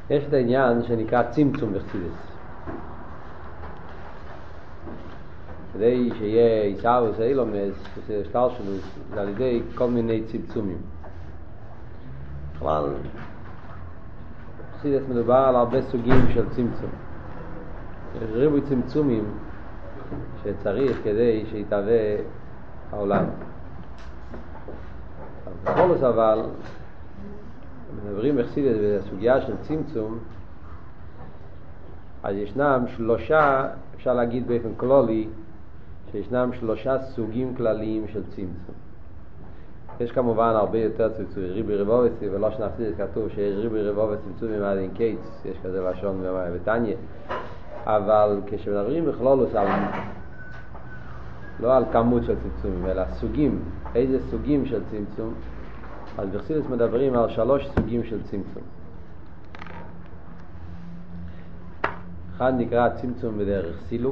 יש את העניין שנקרא צמצום בחסידות. כדי שיהיה איסאוויס אילומס, השתלשלות, זה על ידי כל מיני צמצומים. אבל בחסידות מדובר על הרבה סוגים של צמצום. יש ריבוי צמצומים שצריך כדי שיתהווה העולם. בכל זאת אבל מדברים בחסידות בסוגיה של צמצום, אז ישנם שלושה, אפשר להגיד באופן כללי שישנם שלושה סוגים כלליים של צמצום. יש כמובן הרבה יותר צמצומים, ריבי רבובסי, ולא שנחסידות כתוב שיש ריבי רבובסי צמצומים עד אין קץ, יש כזה לשון בתניא. אבל כשמדברים בכללות לא על כמות של צמצומים, אלא סוגים, איזה סוגים של צמצום, אז בחסידות מדברים על 3 סוגים של צמצום. אחד נקרא צמצום בדרך סילוק,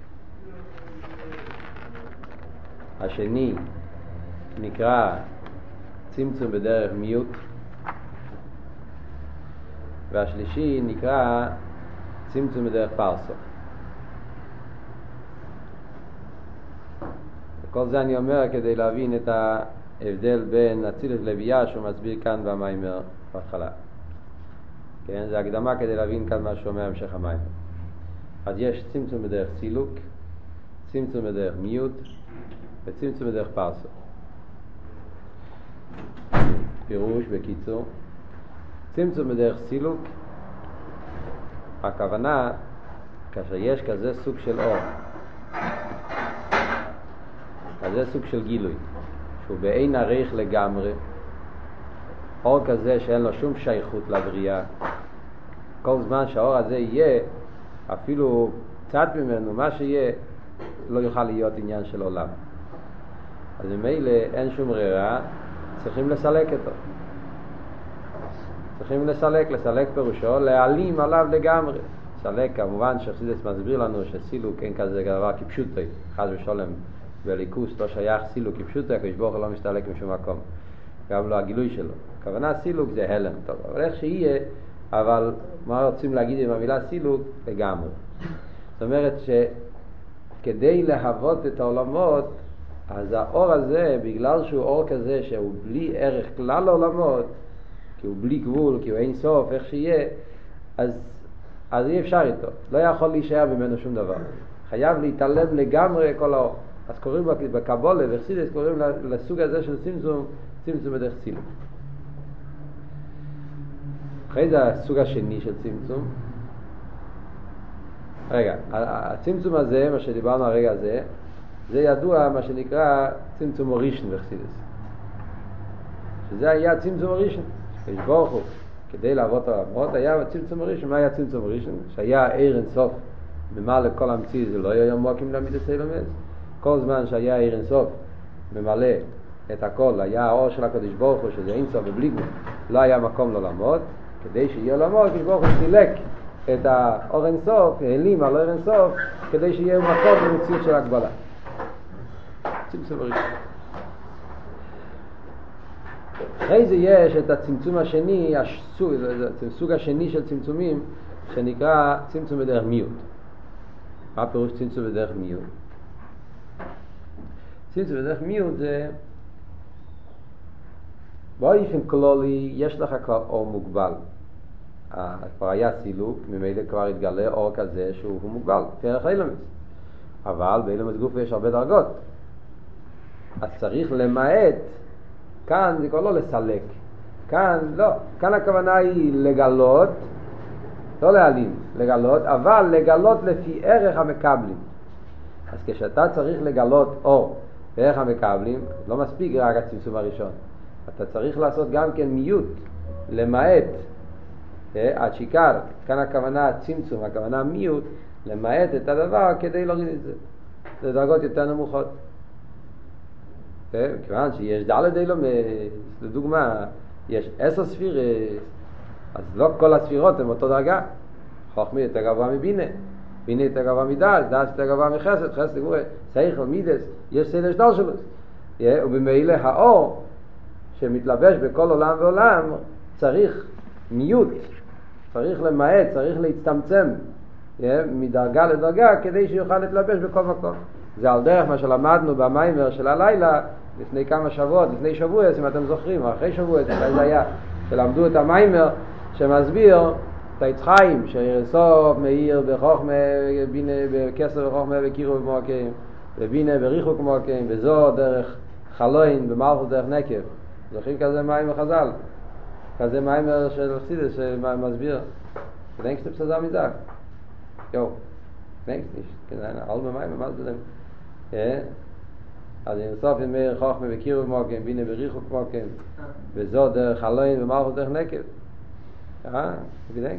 השני נקרא צמצום בדרך מיעוט, והשלישי נקרא צמצום בדרך פרסה. כל זה אני אומר כדי להבין את ההבדל בין אצילות לביאה שהוא מסביר כאן במיימר בהתחלה. כן, זה הקדמה כדי להבין כאן מה שאומר המשך המיימר. אז יש צמצום בדרך סילוק, צמצום בדרך מיעוט וצמצום בדרך פרסה. פירוש בקיצור, צמצום בדרך סילוק, הכוונה כאשר יש כזה סוג של אור, כזה סוג של גילוי שהוא באין עריך לגמרי, אור כזה שאין לו שום שייכות לבריאה, כל זמן שהאור הזה יהיה, אפילו קצת ממנו, מה שיהיה, לא יוכל להיות עניין של עולם. אז ממילא אין שום ברירה, צריכים לסלק אותו. צריכים לסלק פירושו, להעלים עליו לגמרי. סלק, כמובן שחסידות מסביר לנו שסילוק אין כזה דבר כפשוטי, חס ושלום בליכוס לא שייך סילוק כפשוטי, הקדוש ברוך הוא לא מסתלק משום מקום, גם לא הגילוי שלו. הכוונה סילוק זה הלם, טוב, אבל איך שיהיה, אבל מה רוצים להגיד עם המילה סילוק? לגמרי. זאת אומרת שכדי להוות את העולמות, אז האור הזה, בגלל שהוא אור כזה שהוא בלי ערך כלל העולמות, כי הוא בלי גבול, כי הוא אין סוף, איך שיהיה, אז אי אפשר איתו. לא יכול להישאר ממנו שום דבר. חייב להתעלם לגמרי כל האור. אז קוראים בקבולה, בחסידות קוראים לסוג הזה של צמצום, צמצום בדרך סילוק. אחרי זה הסוג השני של צמצום. רגע, הצמצום הזה, מה שדיברנו הרגע הזה, זה ידוע מה שנקרא צמצום הראשון בחסידות. שזה היה צמצום הראשון. יש ברוך הוא, כדי לעבוד העולמות, היה צמצום הראשון. מה היה צמצום הראשון? שהיה עיר אין סוף, ממלא כל המציא, זה לא היה מוקים למידס אילומס. כל זמן שהיה עיר אין סוף, ממלא את הכל, היה האור של הקדוש ברוך הוא, שזה אין סוף ובלי גבול, לא היה מקום לעולמות. כדי שיהיה עולמות, הקדוש ברוך הוא סילק את האור אין סוף, העלים על אור אין סוף, כדי שיהיה מקום במציאות של הגבלה. צמצום הראשון. אחרי זה יש את הצמצום השני, הסוג השני של צמצומים, שנקרא צמצום בדרך מיעוט. מה פירוש צמצום בדרך מיעוט? צמצום בדרך מיעוט זה, באופן כללי יש לך כבר אור מוגבל. כבר היה סילוק, ממילא כבר התגלה אור כזה שהוא מוגבל, פרח אילומס. אבל באילומס גוף יש הרבה דרגות. אז צריך למעט, כאן זה כבר לא לסלק, כאן לא, כאן הכוונה היא לגלות, לא להעלים, לגלות, אבל לגלות לפי ערך המקבלים. אז כשאתה צריך לגלות אור בערך המקבלים, לא מספיק רק הצמצום הראשון, אתה צריך לעשות גם כן מיעוט, למעט, עד שיקר, כאן הכוונה צמצום, הכוונה מיעוט, למעט את הדבר כדי להוריד את זה. זה דרגות יותר נמוכות. כיוון שיש דלת אילומס, לדוגמה, יש 10 ספירות, אז לא כל הספירות הן אותו דרגה. חוכמה יותר גבוה מבינה, בינה יותר גבוה מדעת, דעת יותר גבוה מחסד, חסד גבוה, שכל, מידס, יש סדר שטר שלו. ובמילא האור שמתלבש בכל עולם ועולם צריך מיעוט, צריך למעט, צריך להצטמצם מדרגה לדרגה כדי שיוכל להתלבש בכל מקום. זה על דרך מה שלמדנו במיימר של הלילה לפני כמה שבועות, לפני שבוע, אם אתם זוכרים, או אחרי שבוע, זה היה, שלמדו את המיימר שמסביר את היצחיים, שסוף מאיר בחוכמה, בינה בכסר בחוכמה וקירו במועקים, ובינה בריחוק במועקים, וזו דרך חלוין, במלכות דרך נקב. זוכרים כזה מיימר חז"ל? כזה מיימר של חסידות שמסביר. Denkst du, dass er mir sagt? Jo, denkst nicht. Keine Alme Meimer, was du denn? אז אינסוף עם מאיר חוכמה וקירוב מוקם, בינה בריחוק מוקם, וזו דרך הלוין ומלכות דרך נקב. גדנק?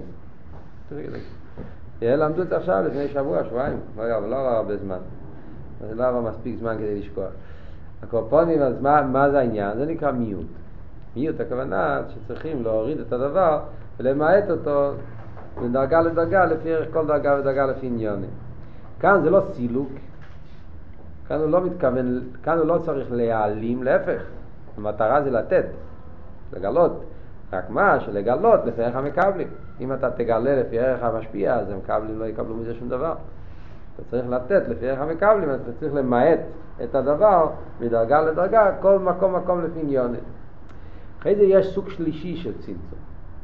למדו את עכשיו לפני שבוע, שבועיים, לא עבר הרבה זמן. זה לא עבר מספיק זמן כדי לשכוח. הקורפונים, אז מה זה העניין? זה נקרא מיעוט. מיעוט הכוונה שצריכים להוריד את הדבר ולמעט אותו מדרגה לדרגה, לפי כל דרגה ודרגה לפי עניונים. כאן זה לא סילוק, כאן הוא לא מתכוון, כאן הוא לא צריך להעלים, להפך. המטרה זה לתת, לגלות. רק מה? שלגלות לפי ערך המקבלים. אם אתה תגלה לפי ערך המשפיע, אז המקבלים לא יקבלו מזה שום דבר. אתה צריך לתת לפי ערך המקבלים, אתה צריך למעט את הדבר מדרגה לדרגה, כל מקום לפי עניונים. אחרי זה יש סוג שלישי של צמצום.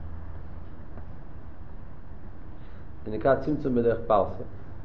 זה נקרא צמצום בדרך פרסה.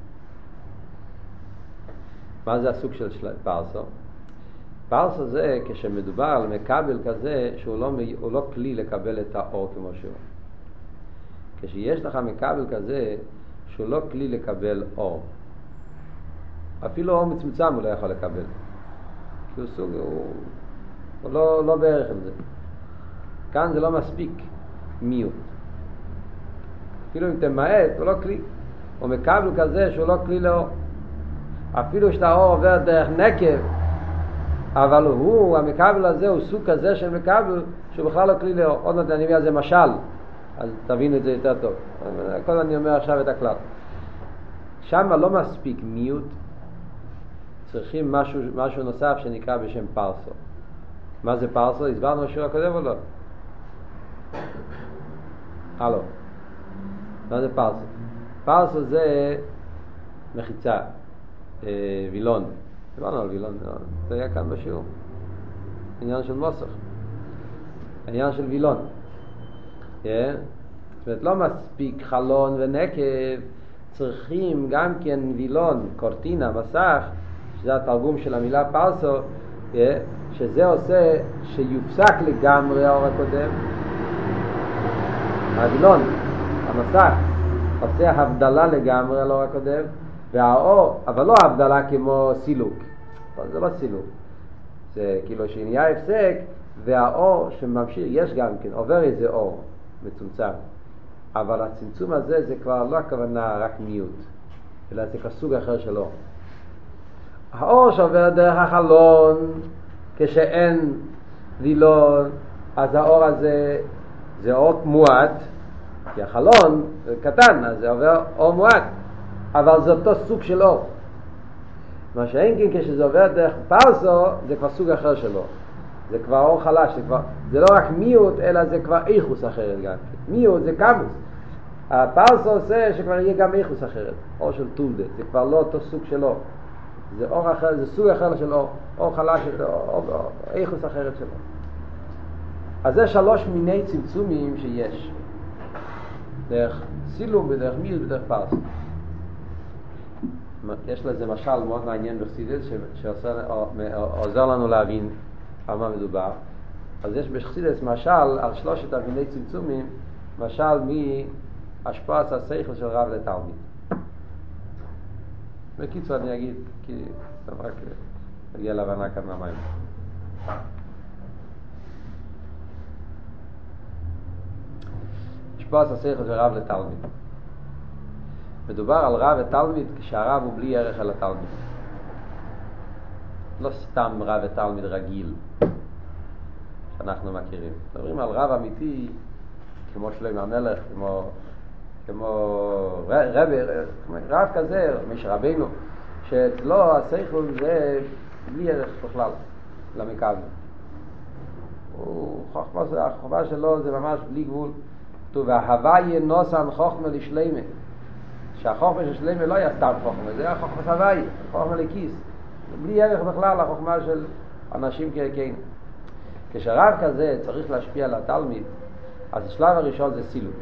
מה זה הסוג של פרסה? פרסה זה כשמדובר על מקבל כזה שהוא לא כלי לקבל את האור כמו שהוא. כשיש לך מקבל כזה שהוא לא כלי לקבל אור. אפילו אור מצומצם הוא לא יכול לקבל. כי הוא סוג, הוא לא בערך על זה. כאן זה לא מספיק מיעוט. אפילו אם תמעט, הוא לא כלי. הוא מקבל כזה שהוא לא כלי לאור. אפילו שהאור עובר דרך נקב, אבל המקבל הזה הוא סוג כזה של מקבל שהוא בכלל לא כלי לאור. עוד מעט אני אומר על זה משל, אז תבין את זה יותר טוב. כל אני אומר עכשיו את הכלל. שם לא מספיק מיעוט, צריכים משהו נוסף שנקרא בשם פרסו. מה זה פרסו? הסברנו בשיעור הקודם או לא? הלו. מה זה פרסו? פרסו זה מחיצה, וילון. דיברנו על וילון, זה היה כאן בשיעור. עניין של מוסך. עניין של וילון. זאת אומרת, לא מספיק חלון ונקב, צריכים גם כן וילון, קורטינה, מסך, שזה התרגום של המילה פרסו, שזה עושה שיופסק לגמרי האור הקודם. הווילון, המסך, עושה הבדלה לגמרי על האור הקודם, והאור, אבל לא הבדלה כמו סילוק. זה לא סילוק. זה כאילו שנהיה הפסק, והאור שממשיך, יש גם כן, עובר איזה אור מצומצם. אבל הצמצום הזה זה כבר לא הכוונה רק מיעוט, אלא זה כסוג אחר של אור. האור שעובר דרך החלון, כשאין וילון, אז האור הזה זה אור מועט, כי החלון קטן, אז זה עובר אור מועט, אבל זה אותו סוג של אור. מה שאין כן כשזה עובר דרך פרסו, זה כבר סוג אחר של אור. זה כבר אור חלש, זה לא רק מיעוט, אלא זה כבר איכוס אחרת גם. מיעוט זה כמוס. הפרסו עושה שכבר יהיה גם איכוס אחרת, אור של טולדה, זה כבר לא אותו סוג של אור. זה אור אחר, זה סוג אחר של אור, אור חלש, איכוס אחרת של אור. אז זה 3 מיני צמצומים שיש. דרך סילום ודרך מיעוט ודרך פרסו. יש לזה משל מאוד מעניין בחסידות שעוזר לנו להבין על מה מדובר. אז יש בחסידות משל על 3 מיני צמצומים, משל מהשפעת השכל של רב לתלמיד. בקיצור אני אגיד, כי רק נגיע להבנה כאן מהמים. השפעת השכל של רב לתלמיד. מדובר על רב ותלמיד כשהרב הוא בלי ערך על התלמיד. לא סתם רב ותלמיד רגיל שאנחנו מכירים. מדברים על רב אמיתי כמו שלמה המלך, כמו רב כזה, מיש רבינו, שאצלו השכל זה בלי ערך בכלל למקבל. החוכמה שלו זה ממש בלי גבול. כתוב וההוויה נוסן חוכמה לשלמה, שהחוכמה של שלמה לא היה סתם חוכמה, זה היה חוכמה הוויה, חוכמה לכיס, בלי ערך בכלל החוכמה של אנשים כערכנו. כשרב כזה צריך להשפיע על התלמיד, אז השלב הראשון זה סילוק.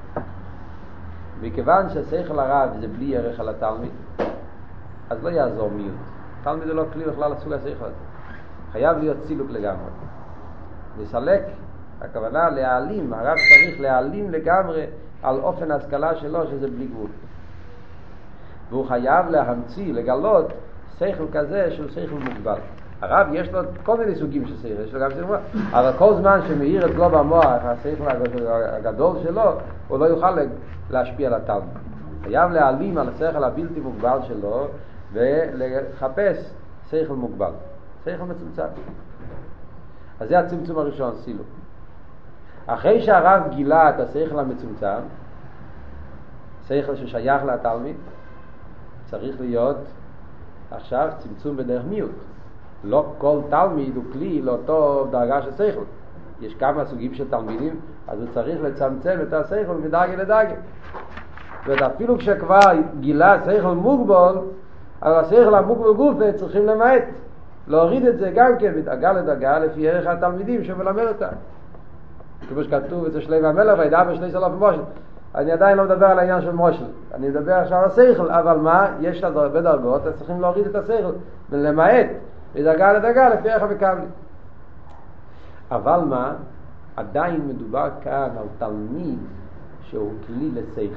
מכיוון ששכל הרב זה בלי ערך על התלמיד, אז לא יעזור מיעוט. תלמיד הוא לא כלי בכלל לסוג השכל הזה. חייב להיות סילוק לגמרי. לסלק, הכוונה להעלים, הרב צריך להעלים לגמרי על אופן ההשכלה שלו שזה בלי גבול. והוא חייב להמציא, לגלות שכל כזה שהוא שכל מוגבל. הרב יש לו כל מיני סוגים של שכל, יש לו גם שכל, אבל כל זמן שמאיר את לו במוח, השכל הגדול שלו, הוא לא יוכל להשפיע על התלמיד. חייב להעלים על השכל הבלתי מוגבל שלו ולחפש שכל מוגבל, שכל מצומצם. אז זה הצמצום הראשון, סילוק. אחרי שהרב גילה את השכל המצומצם, שכל ששייך לתלמיד, צריך להיות עכשיו צמצום בדרך מיעוט. לא כל תלמיד הוא כלי לאותו דרגה של שכל. יש כמה סוגים של תלמידים, אז הוא צריך לצמצם את השכל מדרגה לדרגה. ואפילו כשכבר גילה שכל מוגבל, אבל השכל המוגבל גופה צריכים למעט. להוריד את זה גם כן מדרגה לדרגה לפי ערך התלמידים שמלמד אותם. כמו שכתוב אצל שלמה המלך, וידע בשני סלף מושל. אני עדיין לא מדבר על העניין של מושל. אני מדבר עכשיו על השכל, אבל מה? יש הרבה דרגות, אז צריכים להוריד את השכל ולמעט מדרגה לדרגה לפי ערך המקבלים. אבל מה? עדיין מדובר כאן על תלמיד שהוא כלי לשכל.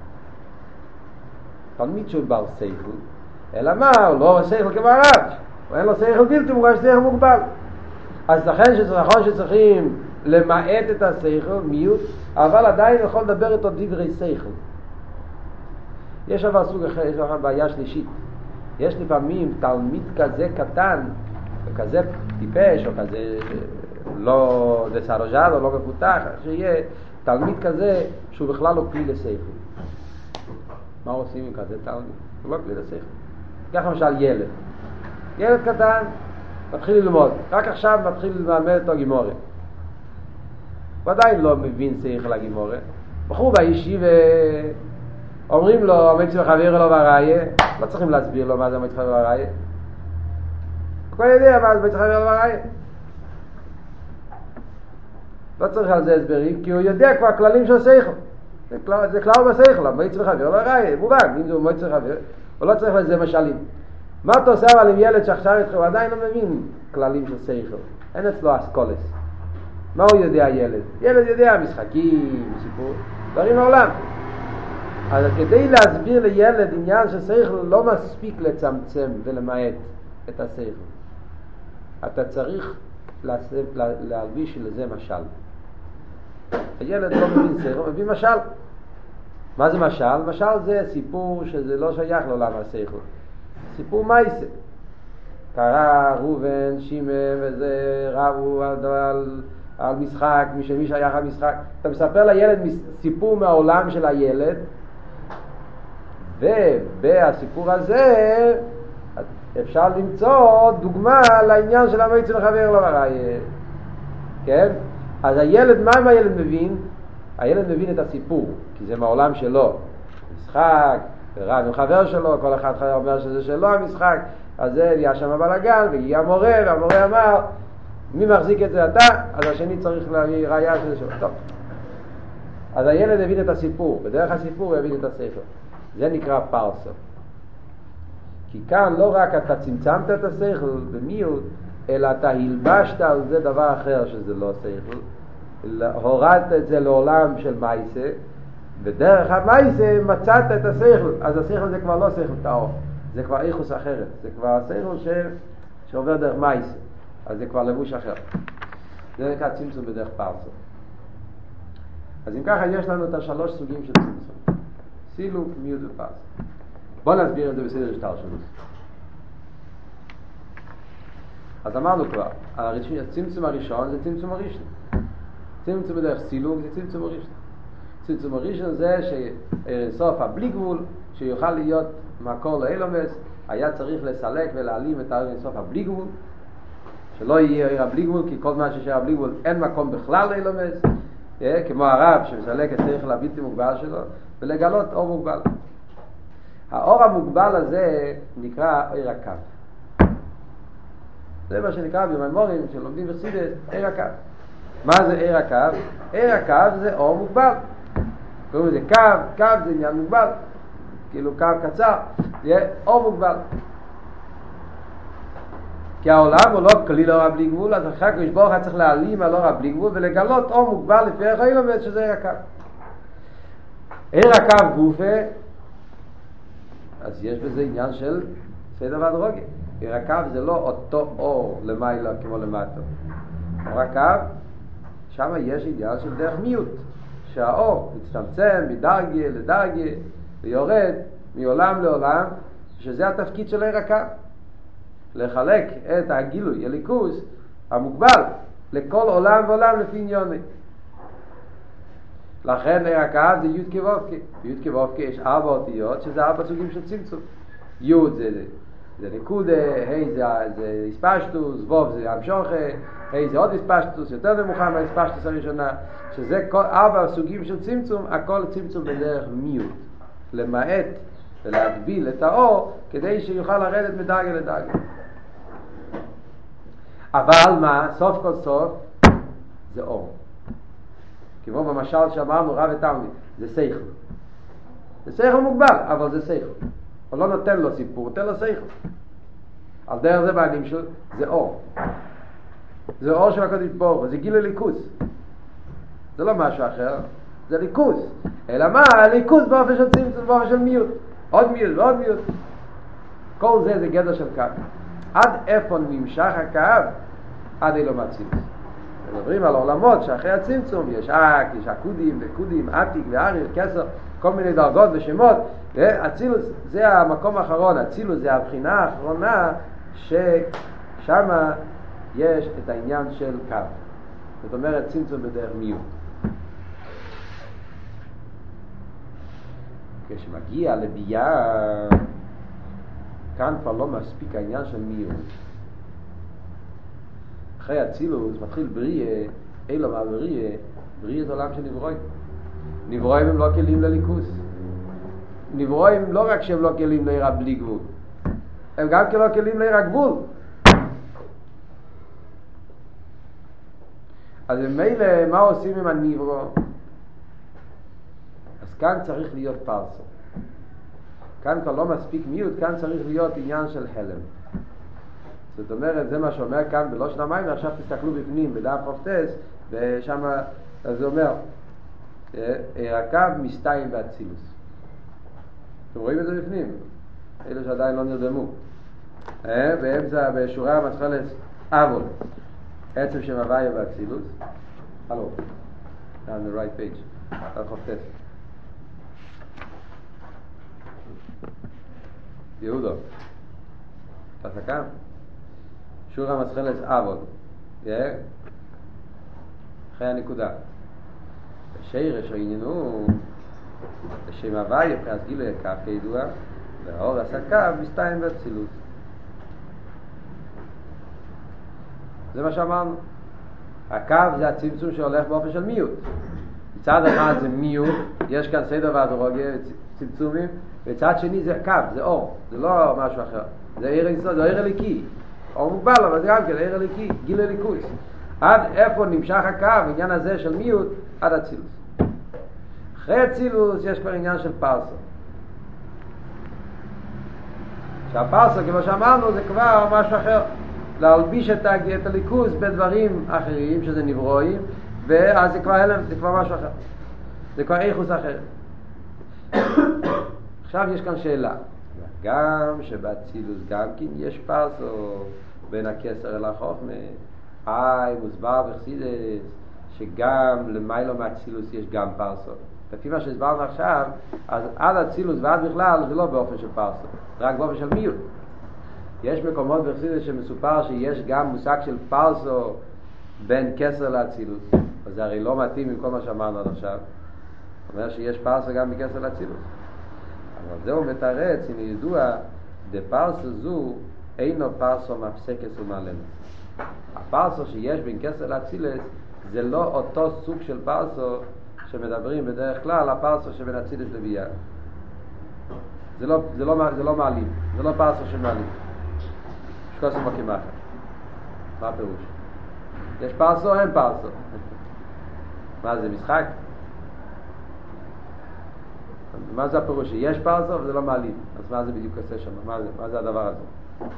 תלמיד שהוא בעל שכל, אלא מה? הוא לא שכל כמו הרב. ואין לו שכל בלתי מוגבל, שכל מוגבל. אז לכן שצריכים למעט את השכל, מיעוט, אבל עדיין יכול לדבר איתו דברי שכל. יש אבל סוג אחר, יש אבל בעיה שלישית. יש לפעמים תלמיד כזה קטן, וכזה טיפש, או כזה לא דסרוז'ד, או לא מפותח, שיהיה תלמיד כזה שהוא בכלל לא כלי לשכל. מה עושים עם כזה תלמיד? הוא לא כלי לשכל. ככה למשל ילד. ילד קטן, מתחיל ללמוד. רק עכשיו מתחיל ללמד אותו גימורה. הוא עדיין לא מבין שכל הגימורה. בחור בישיבה אומרים לו, המצווה חבר לו בראיה, לא צריכים להסביר לו מה זה המצווה חבר בראיה. הוא כבר יודע מה זה המצווה חבר בראיה. לא צריך על זה הסברים, כי הוא יודע כבר כללים של שכל. זה כלל בשכל, המצווה חבר בראיה, מובן, אם זה מצווה חבר, הוא לא צריך לזה משלים. מה אתה עושה אבל עם ילד שעכשיו איתך, הוא עדיין לא מבין כללים של שכל. אין אצלו אסכולס. מה הוא יודע ילד? ילד יודע משחקים, סיפור, דברים מעולם. אז כדי להסביר לילד עניין של שכל לא מספיק לצמצם ולמעט את השכל. אתה צריך להלביש לזה משל. הילד לא מבין שכל, הוא מבין משל. מה זה משל? משל זה סיפור שזה לא שייך לעולם השכל. סיפור מייסה. קרא ראובן, שמעון וזה רבו על משחק, מי שייך על משחק. אתה מספר לילד סיפור מהעולם של הילד, ובסיפור הזה אפשר למצוא דוגמה לעניין של המצווה חבר לו בראיה. כן? אז הילד, מה הילד מבין? הילד מבין את הסיפור, כי זה מהעולם שלו. משחק, רב עם חבר שלו, כל אחד אומר שזה שלו המשחק, אז זה היה שם בלגן, והגיע המורה, והמורה אמר, מי מחזיק את זה אתה? אז השני צריך להביא ראיה שזה שלו. טוב. אז הילד הבין את הסיפור, בדרך הסיפור הוא הבין את הספר. זה נקרא פרסה. כי כאן לא רק אתה צמצמת את השכל במיעוט, אלא אתה הלבשת על זה דבר אחר שזה לא שכל, הורדת את זה לעולם של מייסה, ודרך המייסה מצאת את השכל. אז השכל זה כבר לא שכל טהור, זה כבר איכוס אחרת, זה כבר שכל שעובר דרך מייסה, אז זה כבר לבוש אחר. זה נקרא צמצום בדרך פרסה. אז אם ככה יש לנו את השלוש סוגים של צמצום: סילוק, מיעוט ופרסה. בוא נסביר את זה בסדר שטר שלנו. אז אמרנו כבר, הצמצום הראשון זה צמצום הראשון. צמצום בדרך סילוק זה צמצום הראשון. צמצום הראשון זה שסוף הבלי גבול, שיוכל להיות מקור לאילומס, היה צריך לסלק ולהעלים את סוף הבלי גבול, שלא יהיה הבלי גבול, כי כל מה ששאר הבלי גבול אין מקום בכלל לאילומס, כמו הרב שמסלק את השכל הבלתי מוגבל שלו ולגלות אור מוגבל. האור המוגבל הזה נקרא עיר הקו. זה מה שנקרא במימורים שלומדים בחסידות עיר הקו. מה זה עיר הקו? עיר הקו זה אור מוגבל. קוראים לזה קו, קו זה עניין מוגבל, כאילו קו קצר, זה אור מוגבל. כי העולם הוא לא כליל אור בלי גבול, אז אחר כך ברוך צריך להעלים על אור בלי גבול ולגלות אור מוגבל לפי איך היא לומד שזה עיר הקו. עיר הקו גופה, אז יש בזה עניין של סדר והדרוגיה. עיר הקו זה לא אותו אור למעלה כמו למטה. אור הקו, שם יש עניין של דרך מיעוט. שהאור מצטמצם מדרגה לדרגה ויורד מעולם לעולם, שזה התפקיד של עיר הקו. לחלק את הגילוי, הליכוז המוגבל לכל עולם ועולם לפי עניוני. לכן עיר הקו זה י' כו' בי' כו' יש 4 אותיות שזה 4 סוגים של צמצום. י' זה נקודה, ה' זה הספשטוס, ו' זה המשוכה, ה' זה עוד הספשטוס יותר נמוכה מהספשטוס הראשונה, שזה כל 4 סוגים של צמצום, הכל צמצום בדרך מיעוט, למעט ולהגביל את האור כדי שיוכל לרדת מדרגה לדרגה. אבל מה? סוף כל סוף זה אור. כמו במשל שאמרנו רב ותלמיד, זה שכל. זה שכל מוגבל, אבל זה שכל. הוא לא נותן לו סיפור, נותן לו שכל. על דרך זה בעלים שלו, זה אור. זה אור של הקדוש ברוך הוא, זה גילוי ליכוז. זה לא משהו אחר, זה ליכוז. אלא מה? ליכוז באופן של צמצום, באופן של מיעוט. עוד מיעוט ועוד מיעוט. כל זה גדר של קו. עד איפה נמשך הקו? עד אילו מהצמצום. מדברים על עולמות שאחרי הצמצום יש יש עקודים וקודים, עתיק ואריך, כסר, כל מיני דרגות ושמות. והצילוס זה המקום האחרון, הצילוס זה הבחינה האחרונה ששם יש את העניין של קו. זאת אומרת צמצום בדרך מיעוט. כשמגיע לביאה, כאן כבר לא מספיק העניין של מיעוט. אחרי הצילוס מתחיל בריאה, אילו מה בריאה? בריאה זה עולם של נברואים. נברואים הם לא כלים לליכוס. נברואים לא רק שהם לא כלים לעיר בלי גבול, הם גם לא כלים לעיר הגבול. אז מילא מה עושים עם הנברו? אז כאן צריך להיות פרסו. כאן כבר לא מספיק מיעוט, כאן צריך להיות עניין של חלם. זאת אומרת, זה מה שאומר כאן בלושן המים, ועכשיו תסתכלו בפנים, בדף חופטס, ושם זה אומר, הקו מסתיים באצילוס. אתם רואים את זה בפנים? אלה שעדיין לא נרדמו. באמצע, בשורה המסחלס, אבול. עצם שם הוויה באצילוס. הלו. on the right page. על חופטס. יהודו. אתה סכם? שורה המסחלס אבול. אחרי הנקודה. בשרש העניין הוא בשם הוויה מבחינת גילוי הקו כידוע, והאור הסקה מסתיים באצילוס. זה מה שאמרנו. הקו זה הצמצום שהולך באופן של מיעוט. מצד אחד זה מיעוט, יש כאן סדר והדרוגיה צמצומים, וצד שני זה קו, זה אור, זה לא משהו אחר. זה עיר אליקי. אור מוגבל, אבל זה גם כן עיר אליקי, גילוי ליכוז. עד איפה נמשך הקו, העניין הזה של מיעוט, עד אצילוס. אחרי אצילוס יש כבר עניין של פרסו. שהפרסו, כמו שאמרנו, זה כבר משהו אחר. להלביש את הליכוז בדברים אחרים, שזה נברואים, ואז זה כבר הלם, זה כבר משהו אחר. זה כבר איכוס אחר. עכשיו יש כאן שאלה. גם שבאצילוס גם כן יש פרסו בין הכסר אל החוכמה. מוסבר בחסידות שגם למיילו מהאצילוס יש גם פרסו. לפי מה שהסברנו עכשיו, אז עד אצילוס ועד בכלל זה לא באופן של פרסו, רק באופן של מיעוט. יש מקומות בחסידות שמסופר שיש גם מושג של פרסו בין כסר לאצילוס. אז זה הרי לא מתאים עם כל מה שאמרנו עד עכשיו. אומר שיש פרסו גם בכסר לאצילוס. אבל זהו מתרץ, הנה ידוע, דפרסו זו אינו פרסו מפסקס ומעלמת. הפרסו שיש בין כסר לאצילוס זה לא אותו סוג של פרסו שמדברים בדרך כלל, הפרסו שבין אצילוס לביאה. זה לא מעלים, זה לא פרסו של מעלים. שקוסם בקימחה. מה הפירוש? יש פרסו או אין פרסו? מה זה, משחק? מה זה הפירוש? יש פרסו וזה לא מעלים. אז מה זה בדיוק עושה שם? מה זה הדבר הזה?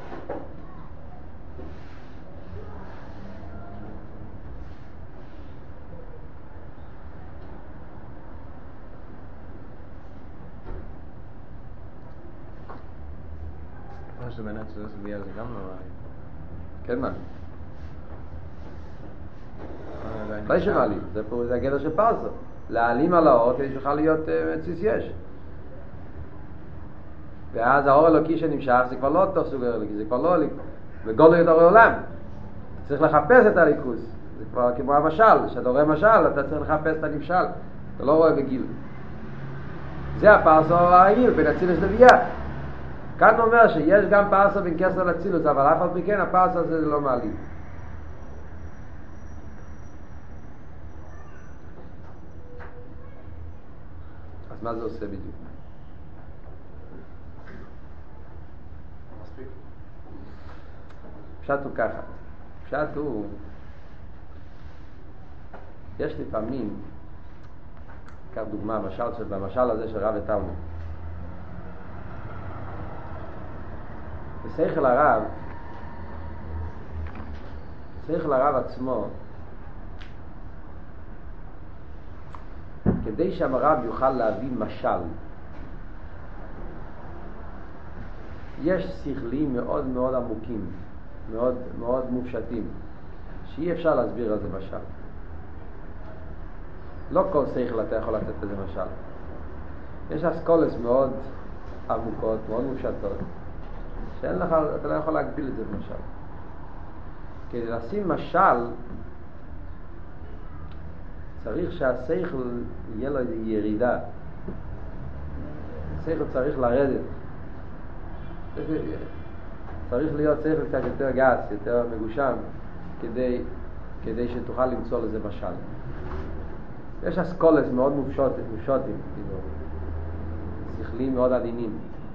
מה שבן אצילוס לביאה זה גם לא מעלים. כן מה? לא יש מעלים, זה הגדר של פרסו. להעלים על האור כדי שיוכל להיות מציס יש. ואז האור אלוקי שנמשך זה כבר לא אותו סוג אלוקי, זה כבר לא בגולו יותר עולם. צריך לחפש את הליכוס. זה כבר כמו המשל, כשאתה רואה משל אתה צריך לחפש את הנמשל. אתה לא רואה בגיל. זה הפרסו הרגיל בין אצילוס לביאה. כאן הוא אומר שיש גם פרסו בין כסר לאצילוס, אבל אף על פי כן הפרסו הזה זה לא מעלים. אז מה זה עושה בדיוק? פשט הוא ככה. פשט הוא, יש לפעמים, כך דוגמה, במשל הזה של רב ותלמוד. בשכל הרב עצמו, כדי שהרב יוכל להביא משל, יש שכלים מאוד מאוד עמוקים, מאוד מאוד מופשטים, שאי אפשר להסביר על זה משל. לא כל שכל אתה יכול לתת לזה משל. יש אסכולס מאוד עמוקות, מאוד מופשטות, שאין לך, אתה לא יכול להגביל את זה במשל. כדי לשים משל, צריך שהשכל יהיה לו ירידה. השכל צריך לרדת. צריך להיות שכל קצת יותר גס, יותר מגושם, כדי שתוכל למצוא לזה משל. יש אסכולס מאוד מופשטים, שכלים מאוד עדינים,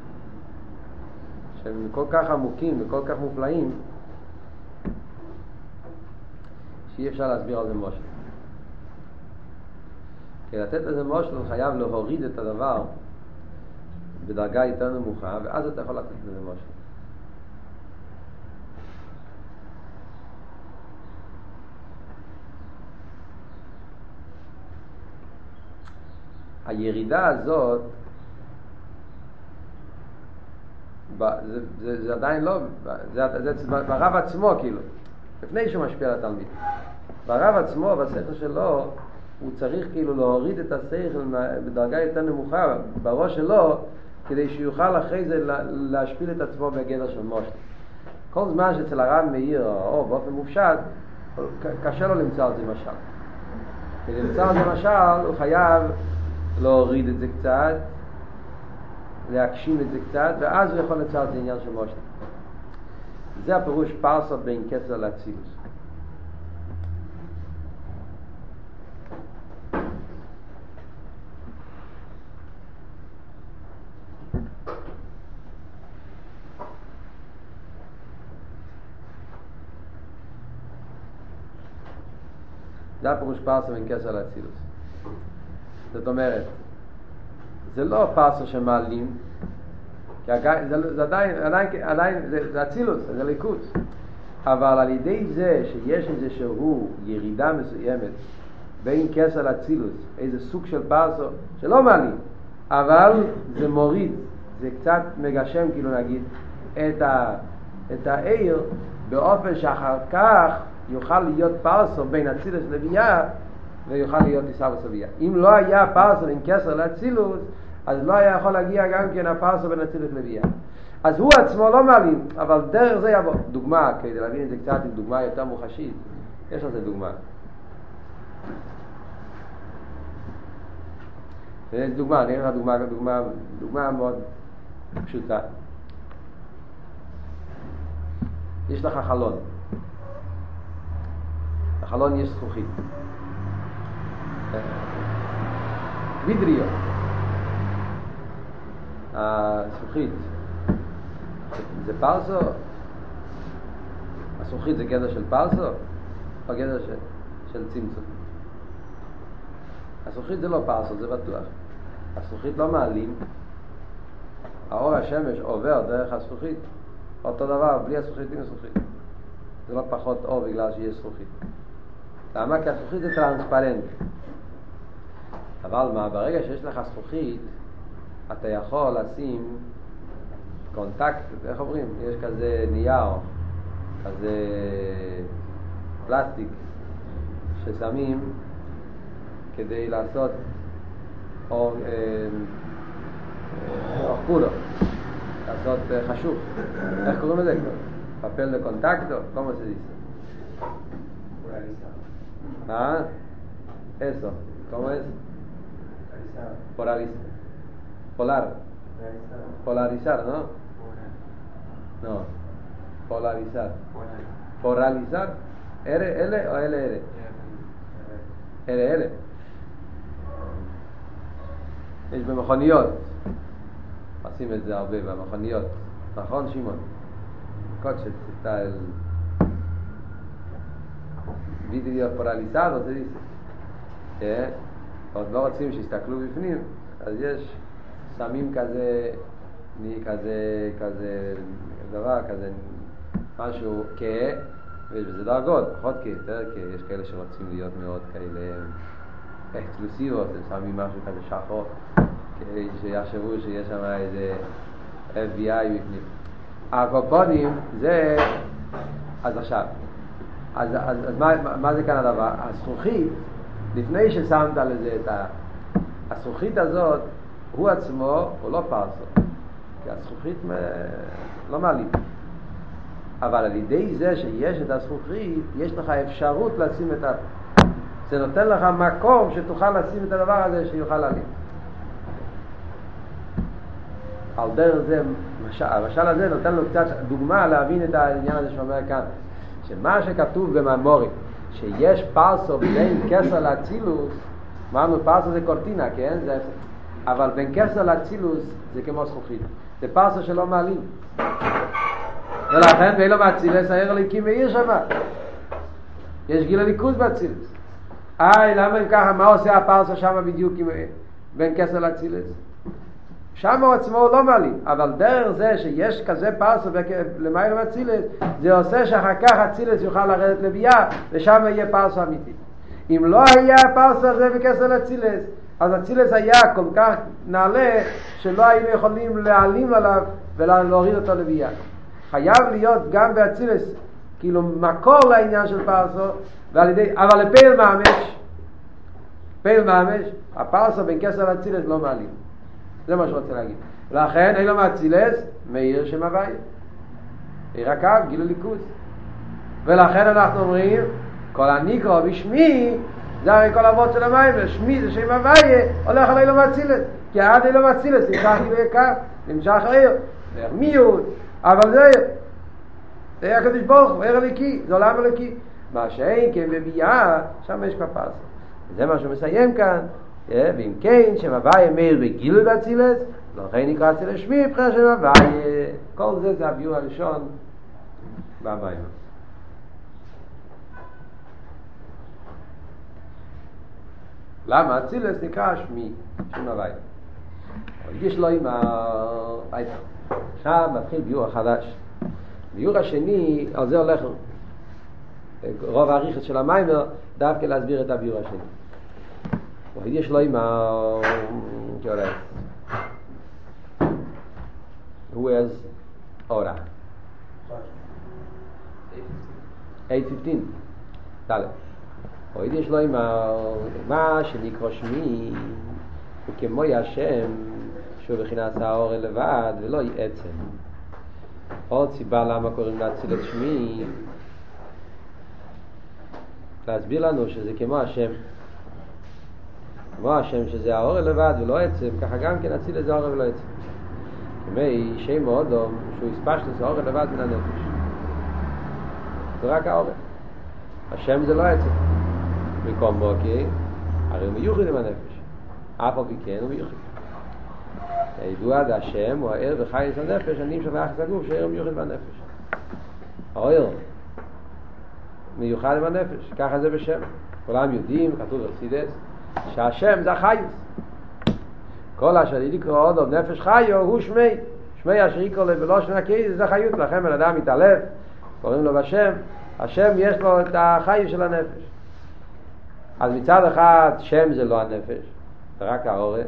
שהם כל כך עמוקים וכל כך מופלאים, שאי אפשר להסביר על זה משל. כי לתת לזה משל חייב להוריד את הדבר בדרגה יותר נמוכה, ואז אתה יכול לתת לזה משל. הירידה הזאת זה עדיין לא, זה ברב עצמו כאילו, לפני שהוא משפיע על התלמיד. ברב עצמו, בשכל שלו, הוא צריך כאילו להוריד את השכל בדרגה יותר נמוכה בראש שלו, כדי שיוכל אחרי זה להשפיל את עצמו בגדר של מושל. כל זמן שאצל הרב מאיר או באופן מופשט, קשה לו למצוא על זה משל. כדי למצוא על זה משל, הוא חייב להוריד את זה קצת, להקשים את זה קצת, ואז הוא יכול למצוא על זה עניין של מושל. זה הפירוש פרסו בין כסר לאצילוס. זה הפירוש פרסו בין כסר לאצילוס. זאת אומרת, זה לא פרסו שמעלים, כי זה עדיין זה אצילוס, זה ליכוס. אבל על ידי זה שיש איזשהו ירידה מסוימת בין כסר לאצילוס, איזה סוג של פרסו שלא מעלים, אבל זה מוריד, זה קצת מגשם כאילו נגיד את העיר, באופן שאחר כך יוכל להיות פרסו בין אצילוס לביאה, ויוכל להיות איסאוויס לביאה. אם לא היה פרסו בין כסר לאצילוס, אז לא היה יכול להגיע גם כן הפרסו בין אצילוס לביאה. אז הוא עצמו לא מעלים, אבל דרך זה יבוא. דוגמה, כדי להבין את זה קצת עם דוגמה יותר מוחשית, יש לזה דוגמה. דוגמה, אני אראה דוגמה מאוד פשוטה. יש לך חלון. בחלון יש זכוכית. וידריו. הזכוכית. זה פרסו? הזכוכית זה גדר של פרסו? או גדר של צמצום? הזכוכית זה לא פרסו, זה בטוח. הזכוכית לא מעלים. האור השמש עובר דרך הזכוכית. אותו דבר, בלי הזכוכית, עם הזכוכית. זה לא פחות אור בגלל שיש זכוכית. למה? כי הזכוכית זה טרנספרנט. אבל מה, ברגע שיש לך זכוכית, אתה יכול לשים קונטקט, איך אומרים? יש כזה נייר, כזה פלסטיק, ששמים כדי לעשות אור פולו, לעשות חשוך. איך קוראים לזה? פפל de contacto, ¿cómo se dice? ¿Ah? Eso, ¿cómo es? Polarizar. Polar. Polarizar, ¿no? No. Polarizar. Polarizar. ¿R-L o L-R? R-L. יש במכוניות. עושים את זה הרבה במכוניות. נכון, שמעון? coche está el vidrio polarizado, se dice. עוד לא רוצים שיסתכלו בפנים, אז יש שמים כזה דבר, כזה משהו כהה, ויש בזה דרגות, פחות כהה, יותר כהה. יש כאלה שרוצים להיות מאוד כאלה אקסקלוסיביות, הם שמים משהו כזה שחור, כדי שיחשבו שיש שם איזה FBI בפנים. הקופונים זה, אז עכשיו, אז מה זה כאן הדבר? הזכוכית, לפני ששמת לזה את הזכוכית הזאת, הוא עצמו, הוא לא פרסו, כי הזכוכית לא מעלים. אבל על ידי זה שיש את הזכוכית, יש לך אפשרות לשים את זה נותן לך מקום שתוכל לשים את הדבר הזה שיוכל להעלים. על דרך זה, המשל הזה נותן לו קצת דוגמה להבין את העניין הזה שאומר כאן, שמה שכתוב במאמורים, שיש פרסו בין כסר לאצילוס, אמרנו פרסו זה קורטינה, כן? זה, אבל בין כסר לאצילוס זה כמו זכוכית, זה פרסו שלא מעלים. ולכן ואילו מאצילס העיר הליקים מאיר שמה, יש גיל הליכוז באצילוס. למה אם ככה, מה עושה הפרסו שם בדיוק בין כסר לאצילוס? שם הוא עצמו לא מעלים, אבל דרך זה שיש כזה פרסו למעלה מאצילס, זה עושה שאחר כך אצילס יוכל לרדת לביאה, ושם יהיה פרסו אמיתי. אם לא היה הפרסו הזה בכסר לאצילס, אז אצילס היה כל כך נעלה שלא היינו יכולים להעלים עליו ולהוריד אותו לביאה. חייב להיות גם באצילס כאילו מקור לעניין של פרסו, אבל לפעיל ממש, הפרסו בין כסר לאצילס לא מעלים. זה מה שרוצה להגיד. לכן אין לו מאצילס מאיר שם הוואי, עיר הקו, גיל הליכוז. ולכן אנחנו אומרים כל הניקרו בשמי זה הרי כל אבות של המים, שמי זה שם הוואי, הולך על אין לו מאצילס, כי עד אין לו מאצילס נמשך עיר יקר, נמשך עיר מיעוט, אבל זה זה היה הקדוש ברוך הוא, עיר הליקי, זה עולם הליקי. מה שאין כן בביאה, שם יש כבר פרסו. זה מה שהוא מסיים כאן. ואם כן שם הוויה מאיר בגילוי באצילס, לכן נקרא אצילס שמי מבחינת שם הוויה. כל זה הביור הראשון במים. למה אצילס נקרא שמי שם הוויה? יש לו עם עכשיו מתחיל ביור החדש. ביור השני, על זה הולך רוב העריכת של המיימר, דווקא להסביר את הביור השני. יש לו עם who has aura 8:15 דלת. יש לו עם מה שנקרא שמי הוא כמו השם שהוא בחינת האור לבד ולא עצם. עוד סיבה למה קוראים להציל את שמי, להסביר לנו שזה כמו השם, כמו השם שזה האור לבד ולא עצם, ככה גם כן להציל את זה האור ולא עצם. כמי שם אודום שהוא הספש לזה האור לבד מן הנפש, זה רק האור. השם זה לא עצם. מקום בוקי, הרי הוא מיוחד עם הנפש. אף על פי כן הוא מיוחד. הידוע זה השם הוא הער וחייס הנפש, הנמשך ליחס הגוף שהער מיוחד בנפש. הער מיוחד עם הנפש, ככה זה בשם. כולם יודעים, כתוב בחסידות, שהשם זה החייס. כל אשר יקרא עוד נפש חיו הוא שמי. שמי אשר יקרא לו בלושן הקייס זה חיות. לכן בן אדם מתעלף, קוראים לו בשם, השם יש לו את החיים של הנפש. אז מצד אחד שם זה לא הנפש, זה רק האור,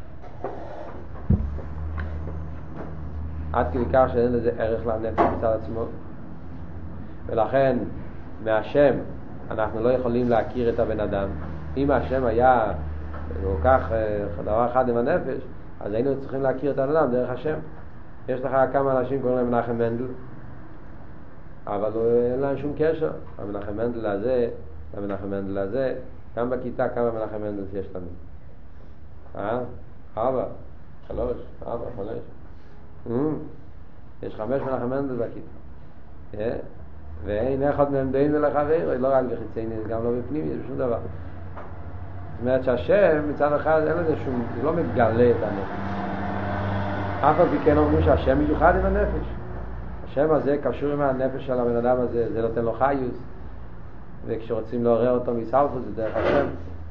עד כדי כך שאין לזה ערך לנפש מצד עצמו, ולכן מהשם אנחנו לא יכולים להכיר את הבן אדם. אם השם היה כל כך דבר אחד עם הנפש, אז היינו צריכים להכיר את הבן אדם דרך השם. יש לך כמה אנשים קוראים להם מנחם מנדל, אבל אין להם שום קשר. המנחם מנדל הזה, המנחם מנדל הזה, גם בכיתה כמה מנחם מנדל יש לנו? 4, 3, 4, 5. יש 5 מנחם מנדל בכיתה. ואין אחד מהם דין לחבר, לא רק בחיצייני, גם לא בפנימי, זה שום דבר. זאת אומרת שהשם מצד אחד אין לזה שום, זה לא מגלה את הנפש. אף על פי כן אומרים שהשם מיוחד עם הנפש. השם הזה קשור עם הנפש של הבן אדם הזה, זה נותן לו חיוס, וכשרוצים לעורר אותו מסלפות זה דרך השם.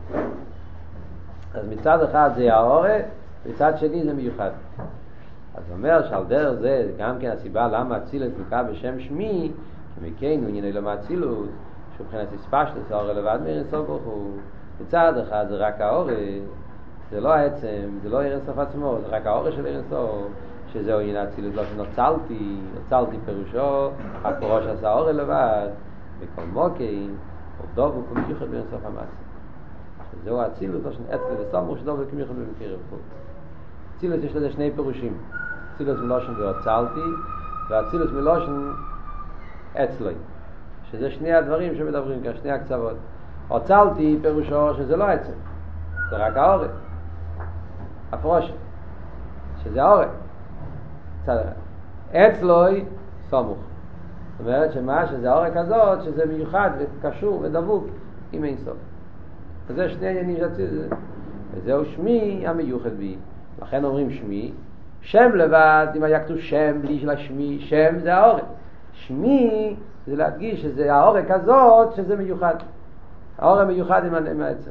אז מצד אחד זה העורר, מצד שני זה מיוחד. אז אומר שעל דרך זה גם כן הסיבה למה אצילת נקרא בשם שמי, כי מכן הוא ענייני למה אצילות, שבחינת הספשטוס העורר לבד מאינסוף ברוך הוא. מצד אחד זה רק העורר, זה לא העצם, זה לא אינסוף עצמו, זה רק העורר של אינסוף, שזהו עניין אצילות, לא שנוצלתי, נוצלתי פירושו, הפרוש עשה העורר לבד, וכל מוקים, דובו כמיוחד באינסוף המעשה. שזהו האצילות, לא שנעצלי וסמור, שדובו כמיוחד במקרב פה. אצילות יש לזה שני פירושים. אצילות מלושן והוצלתי, ואצילות מלושן אצלוי. שזה שני הדברים שמדברים כאן, שני הקצוות. הוצלתי פירושו שזה לא עצם, זה רק העורר. הפרוש, שזה העורר. צד אחד. אצלוי סמוך. זאת אומרת שמה שזה העורר כזאת, שזה מיוחד וקשור ודבוק עם אין סוף. וזה שני עניינים שצריך, וזהו שמי המיוחד בי. לכן אומרים שמי, שם לבד, אם היה כתוב שם בלי של השמי, שם זה העורר. שמי זה להדגיש שזה העורר כזאת שזה מיוחד. העורר מיוחד עם העצם.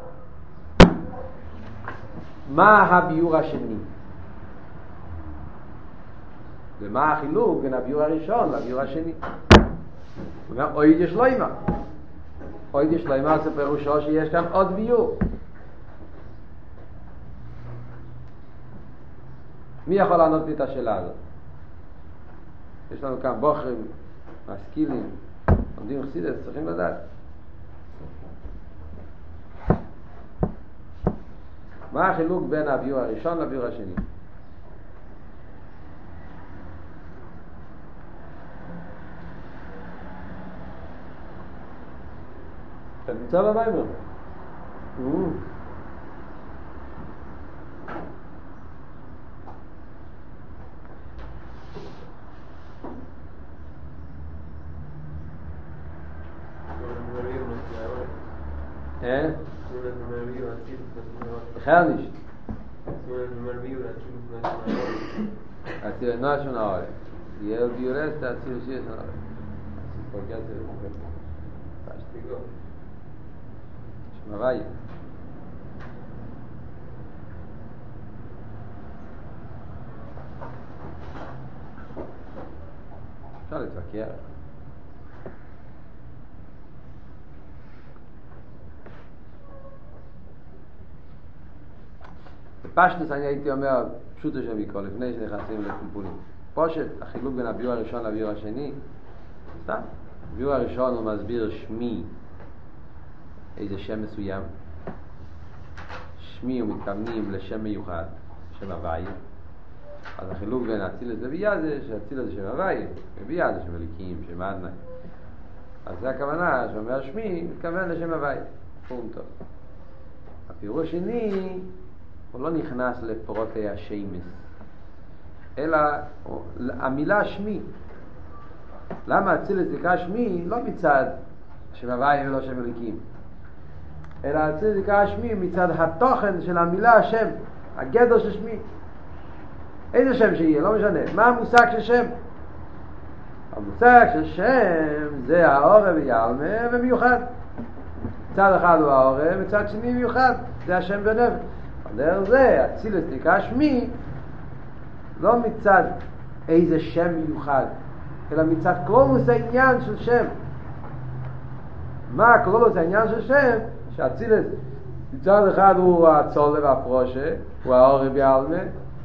מה הביור השני? ומה החילוק בין הביור הראשון לביור השני? הוא אומר, אויד יש לו אימא. אויד יש לו אימא זה פירושו שיש כאן עוד ביור. מי יכול לענות לי את השאלה הזאת? יש לנו כאן בוחרים, משכילים, עומדים חסידות, צריכים לדעת. מה החילוק בין הביור הראשון לביור השני? אתה נמצא במיימר? Herrlich. Así no es una hora. Y el violeta así sí es una hora. ¿Por qué hace eso? Castigo. Me vaya. Ya le traquea. בפשטוס אני הייתי אומר פשוטו של מכל, לפני שנכנסים לפלפולים. פושט, החילוק בין הביור הראשון לביור השני, סתם. הביור הראשון הוא מסביר שמי, איזה שם מסוים. שמי הוא מתכוונים לשם מיוחד, שם הוואי. אז החילוק בין אצילת לביאה זה שאצילת זה שם הוואי, וביאה זה שם הליקים, שם עדנה. אז זה הכוונה שאומר שמי, מתכוון לשם הוואי. פונטו. הפירוש שני, הוא לא נכנס לפרוטי השמש, אלא המילה שמי. למה אצילת זה נקרא שמי? לא מצד שם הוויה ולא שם אליקים, אלא אצילוס נקרא שמי מצד התוכן של המילה השם, הגדר של שמי. איזה שם שיהיה, לא משנה. מה המושג של שם? המושג של שם זה האורה ויעלמה ומיוחד. מצד אחד הוא האורה, מצד שני מיוחד. זה השם בנפש. דרך זה, אצילוס נקרא שמי, לא מצד איזה שם מיוחד, אלא מצד כלולוס העניין של שם. מה כלולוס העניין של שם? שאצילוס מצד אחד הוא הצולה והפרושה, הוא האורה ויעלמה.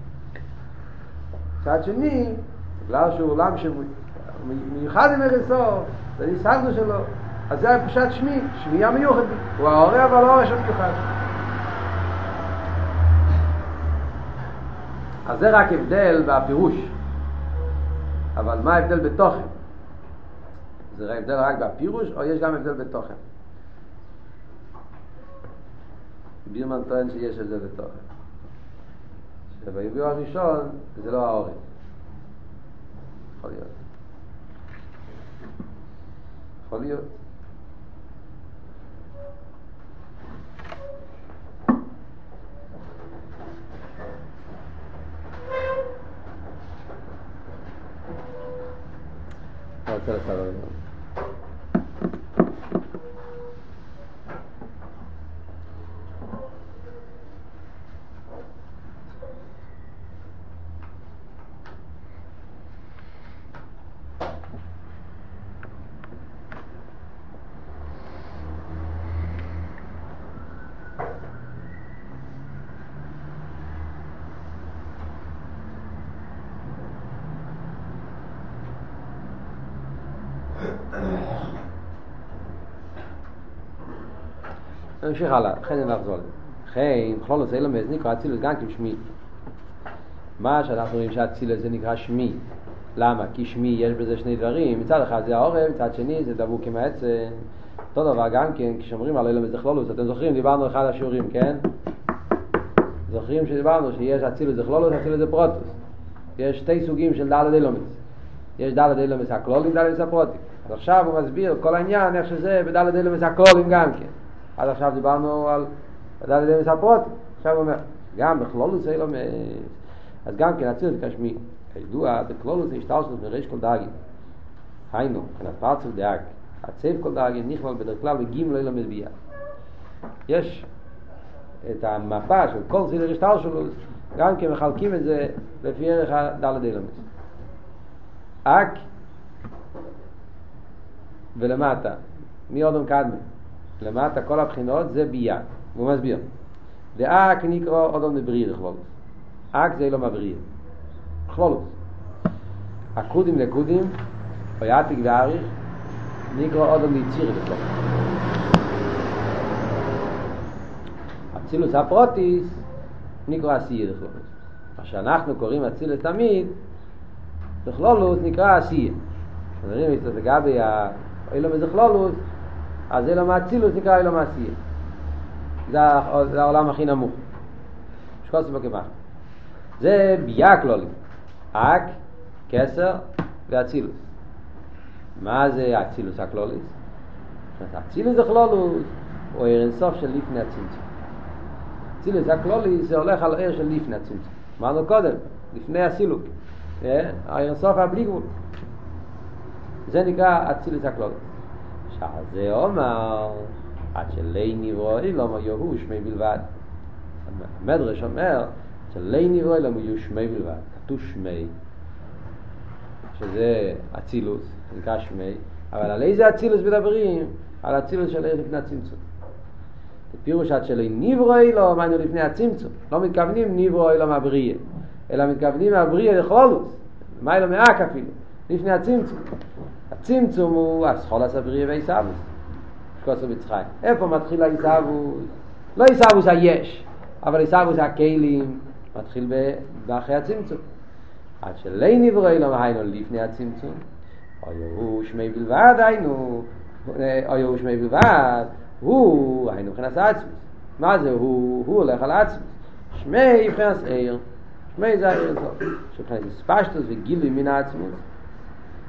מצד שני, בגלל שהוא עולם שמיוחד עם הרסו, זה ניסחנו שלו, אז זה פשט שמי, שמי המיוחד, הוא האורה אבל האורה שמיוחד. אז זה רק הבדל בפירוש, אבל מה ההבדל בתוכן? זה הבדל רק בפירוש או יש גם הבדל בתוכן? בירמן טוען שיש הבדל בתוכן, שביביע הראשון זה לא האורה. יכול להיות. יכול להיות. אני רוצה לסדר את זה. נמשיך הלאה, לכן נחזור לזה. לכן, בכלולוס אילומס נקרא אצילוס גם כשמי. מה שאנחנו רואים שאצילוס זה נקרא שמי. למה? כי שמי יש בזה שני דברים. מצד אחד זה האורה, מצד שני זה דבוק עם העצם. אותו דבר גם כן, כשאומרים על אילומס בכלולוס, אתם זוכרים, דיברנו אחד השיעורים, כן? זוכרים שדיברנו שיש אצילוס זה כלולוס, אצילוס זה פרוטוס. יש שתי סוגים של דלת אילומס. יש דלת אילומס הכלולים, דלת הפרוטים. אז עכשיו הוא מסביר כל העניין איך שזה בדלת אילומס הכלולים גם כן. עד עכשיו דיברנו על דלת אילומס הפרוטים. עכשיו הוא אומר, גם בכלולוס אילומס, אז גם כן אצילוס כשמי. כידוע, בכלולוס יש תלשלות מריש כל דאגים. היינו, מבחינת פרצוף דאג. הצייף כל דאגים נכלל בדרך כלל בגימל אילומס ביחד. יש את המפה של כל סדר השתלשלות, גם כן מחלקים את זה לפי ערך הדלת אילומס. אק ולמטה, מי אודום קדמי? למטה כל הבחינות זה ביה. הוא מסביר. ואק נקרא אודום לבריא לכלולוס. אק זה לא מבריא. כלולוס. הקודים לקודים, או יעתיק ועריך, נקרא אודום ליציר לכלולוס. אצילוס הפרוטיס, נקרא עשייה לכלולוס. מה שאנחנו קוראים אצילוס תמיד, בכלולוס נקרא עשייה. אומרים את זה לגבי האילומס בכלולוס, אז אילום האצילוס נקרא אילום העשייה. זה העולם הכי נמוך. שקוסם בקמח. זה ביה כלולים. אק, כסר ואצילוס. מה זה אצילוס הכלוליס? אצילוס הכלולוס הוא עיר אינסוף של לפני הצמצום. אצילוס הכלוליס זה הולך על עיר של לפני הצמצום. אמרנו קודם, לפני הסילוק. העיר אינסוף הבלי גבול. זה נקרא אצילוס הכלוליס. זה אומר עד שלי נברוא אילום היהו שמי בלבד. המדרש אומר שלי נברוא אילום היהו שמי בלבד. כתוב שמי, שזה אצילוס, נקרא שמי, אבל על איזה אצילוס מדברים? על אצילוס של לפני הצמצום. פירוש עד שלי נברוא אילום היינו לפני הצמצום. לא מתכוונים נברוא אילום הבריאה, אלא מתכוונים הבריאה לכלולוס. מה אילום מאק אפילו? לפני הצמצום. הצמצום הוא הסחולס הבריאה והישאבוס. שקוסו בצחק. איפה מתחיל הישאבוס? לא הישאבוס היש, אבל הישאבוס הכלים מתחיל באחרי הצמצום. עד שלי נברוא אילום היינו לפני הצמצום. או יהו שמי בלבד היינו, או יהו שמי בלבד, הוא היינו מבחינת העצמוס. מה זה הוא? הוא הולך על העצמוס. שמי מבחינת עיר. שמי זה העיר הזאת. שבחינת הספשטוס וגילוי מן העצמוס.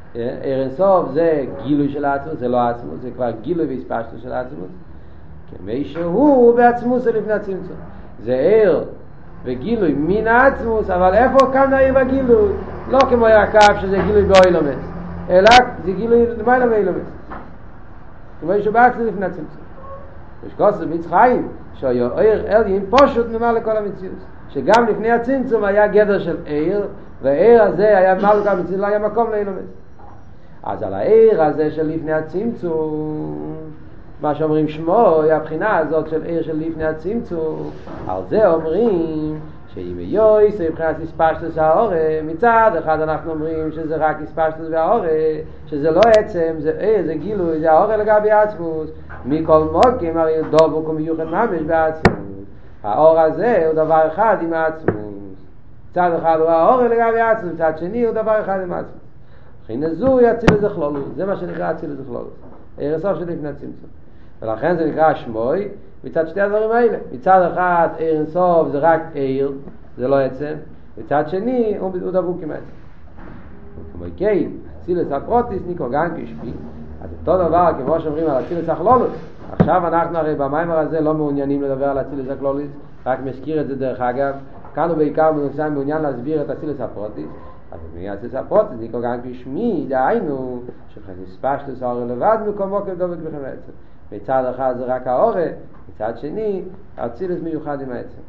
עיר אינסוף זה גילוי של העצמות, זה לא העצמות, זה כבר גילוי והספשטות של העצמות, כמי שהוא בעצמות זה לפני הצמצום. זה עיר וגילוי מן העצמות, אבל איפה כאן העיר בגילוי? לא כמו הקו שזה גילוי באוילומס, אלא זה גילוי למעלה באוילומס, כמי שהוא בעצמות לפני הצמצום. יש כוסף מצחיים שהעיר אליים פשוט ממלא לכל המציאות, שגם לפני הצמצום היה גדר של עיר, והעיר הזה היה ממלא לכל המציאות, לא היה מקום לאילומס. אז על העיר הזה של לפני הצמצום, מה שאומרים שמו, הבחינה הזאת של עיר של לפני הצמצום, על זה אומרים שאם יויס זה מבחינת הספשטוס האורה. מצד אחד אנחנו אומרים שזה רק הספשטוס והאורה, שזה לא עצם, זה עיר, זה גילוי, זה האורה לגבי עצמוס, מכל מוקים הרי דובוק ומיוחד ממש בעצמוס. האור הזה הוא דבר אחד עם העצמוס, מצד אחד הוא האורה לגבי עצמוס, מצד שני הוא דבר אחד עם העצמוס. לכן זו יציל איזה כלולות, זה מה שנקרא יציל איזה כלולות, עיר הסוף של לפני הצמצום, ולכן זה נקרא שמוי מצד שתי הדברים האלה. מצד אחד עיר הסוף זה רק עיר, זה לא עצם, מצד שני הוא דבוק עם העצם. כמו כן, אצילס הפרוטיס ניקו גם כשפי, אז אותו דבר כמו שאומרים על אצילס הכלולות. עכשיו אנחנו הרי במיימר הזה לא מעוניינים לדבר על אצילס הכלולות, רק מזכיר את זה דרך אגב. כאן הוא בעיקר מעוניין להסביר את אצילס הפרוטיס. אז אצילס הפרוטיס ניקו גם כשמי, דהיינו שנספשטוס האורה לבד מקומו כדבק בכם העצם. מצד אחד זה רק האורה, מצד שני אצילס מיוחד עם העצם.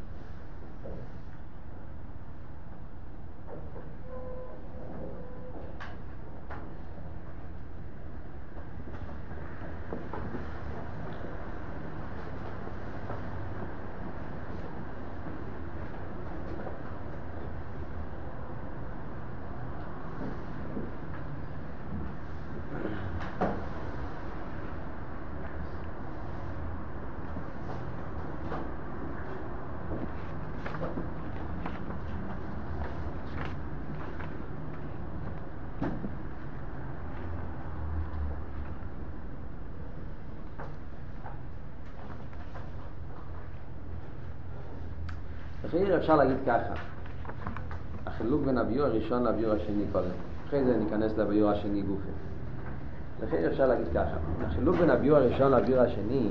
אחרי אפשר להגיד ככה, החילוק בין הביור הראשון לביור השני קודם, אחרי זה ניכנס לביור השני גופי. אחרי אפשר להגיד ככה, החילוק בין הביור הראשון לביור השני,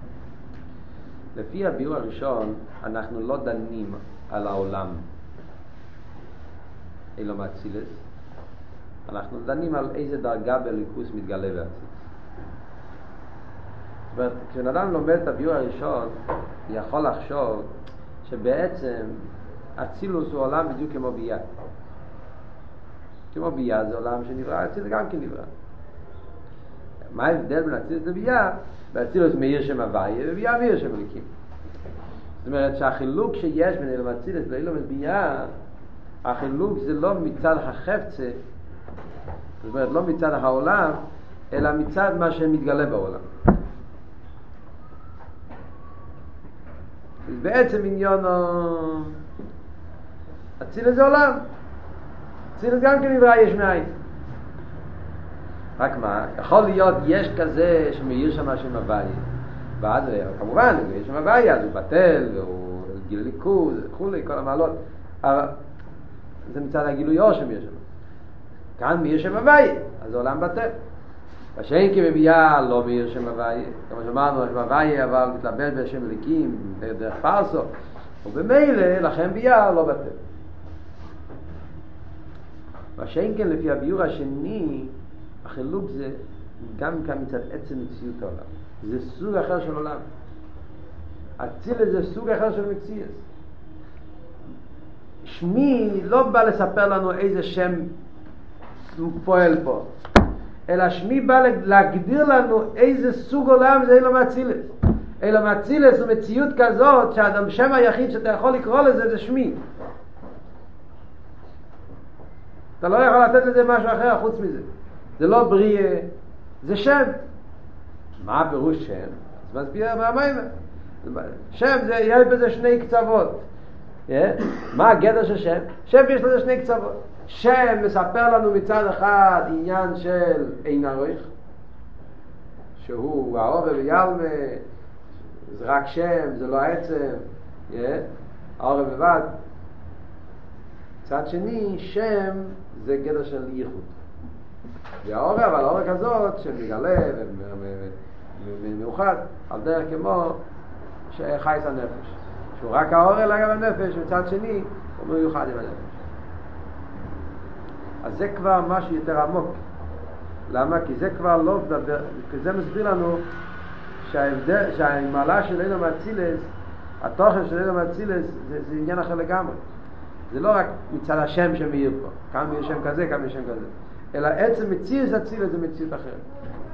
לפי הביור הראשון אנחנו לא דנים על העולם אלא מאצילס, אנחנו דנים על איזה דרגה בליכוס מתגלה באצילס. זאת אומרת, כשאדם לומד את הביור הראשון יכול לחשוב שבעצם אצילוס הוא עולם בדיוק כמו בייה. כמו בייה זה עולם שנברא, אצילוס גם כן נברא. מה ההבדל בין אצילוס לבייה? באצילוס מאיר שם הוויה, ובייה מאיר שם הליקים. זאת אומרת שהחילוק שיש בין אילום אצילוס לאילום בייה, החילוק זה לא מצד החפצה, זאת אומרת לא מצד העולם, אלא מצד מה שמתגלה בעולם. בעצם עניין אצילוס זה עולם, אצילוס גם כן נברא יש מאין. רק מה, יכול להיות יש כזה שמאיר שם השם הוויה, ואז כמובן יש שם הוויה, אז הוא בטל והוא גיל ליכוז וכולי, כל המעלות, אבל זה מצד הגילויו שמאיר שם. כאן מאיר שם הוויה, אז העולם בטל. השם כבבייה לא מאיר שם הוויה, כמו שאמרנו, שם הוויה אבל מתלבט בשם אליקים דרך פרסו, ובמילא לכן בייה לא בטל. והשם כן לפי הביור השני, החילוק זה גם כאן מצד עצם מציאות העולם, זה סוג אחר של עולם. אצילוס זה סוג אחר של מציאות. שמי לא בא לספר לנו איזה שם פועל פה, אלא שמי בא להגדיר לנו איזה סוג עולם זה אילום אצילוס. אילום אצילוס הוא מציאות כזאת שהאדם שם היחיד שאתה יכול לקרוא לזה זה שמי. אתה לא יכול לתת לזה משהו אחר חוץ מזה. זה לא בריאה, זה שם. מה הפירוש שם? אז מסביר מהמיימר. שם זה, יש בזה שני קצוות. מה הגדר של שם? שם יש לזה שני קצוות. שם מספר לנו מצד אחד עניין של אין ערך, שהוא האור וילמה, זה רק שם, זה לא עצם, האור ובד. מצד שני, שם זה גדר של ייחוד. והאור, אבל האור כזאת שמגלה ומאוחד על דרך כמו שחייס הנפש, שהוא רק האור אלא גם הנפש, ומצד שני הוא מיוחד עם הנפש. אז זה כבר משהו יותר עמוק. למה? כי זה כבר לא מדבר, כי זה מסביר לנו שהמעלה של אילום אצילס, התוכן של אילום אצילס זה עניין אחר לגמרי. זה לא רק מצד השם שמאיר פה, כאן יש שם כזה, כאן יש שם כזה, אלא עצם מציאות אצילס זה מציאות אחרת.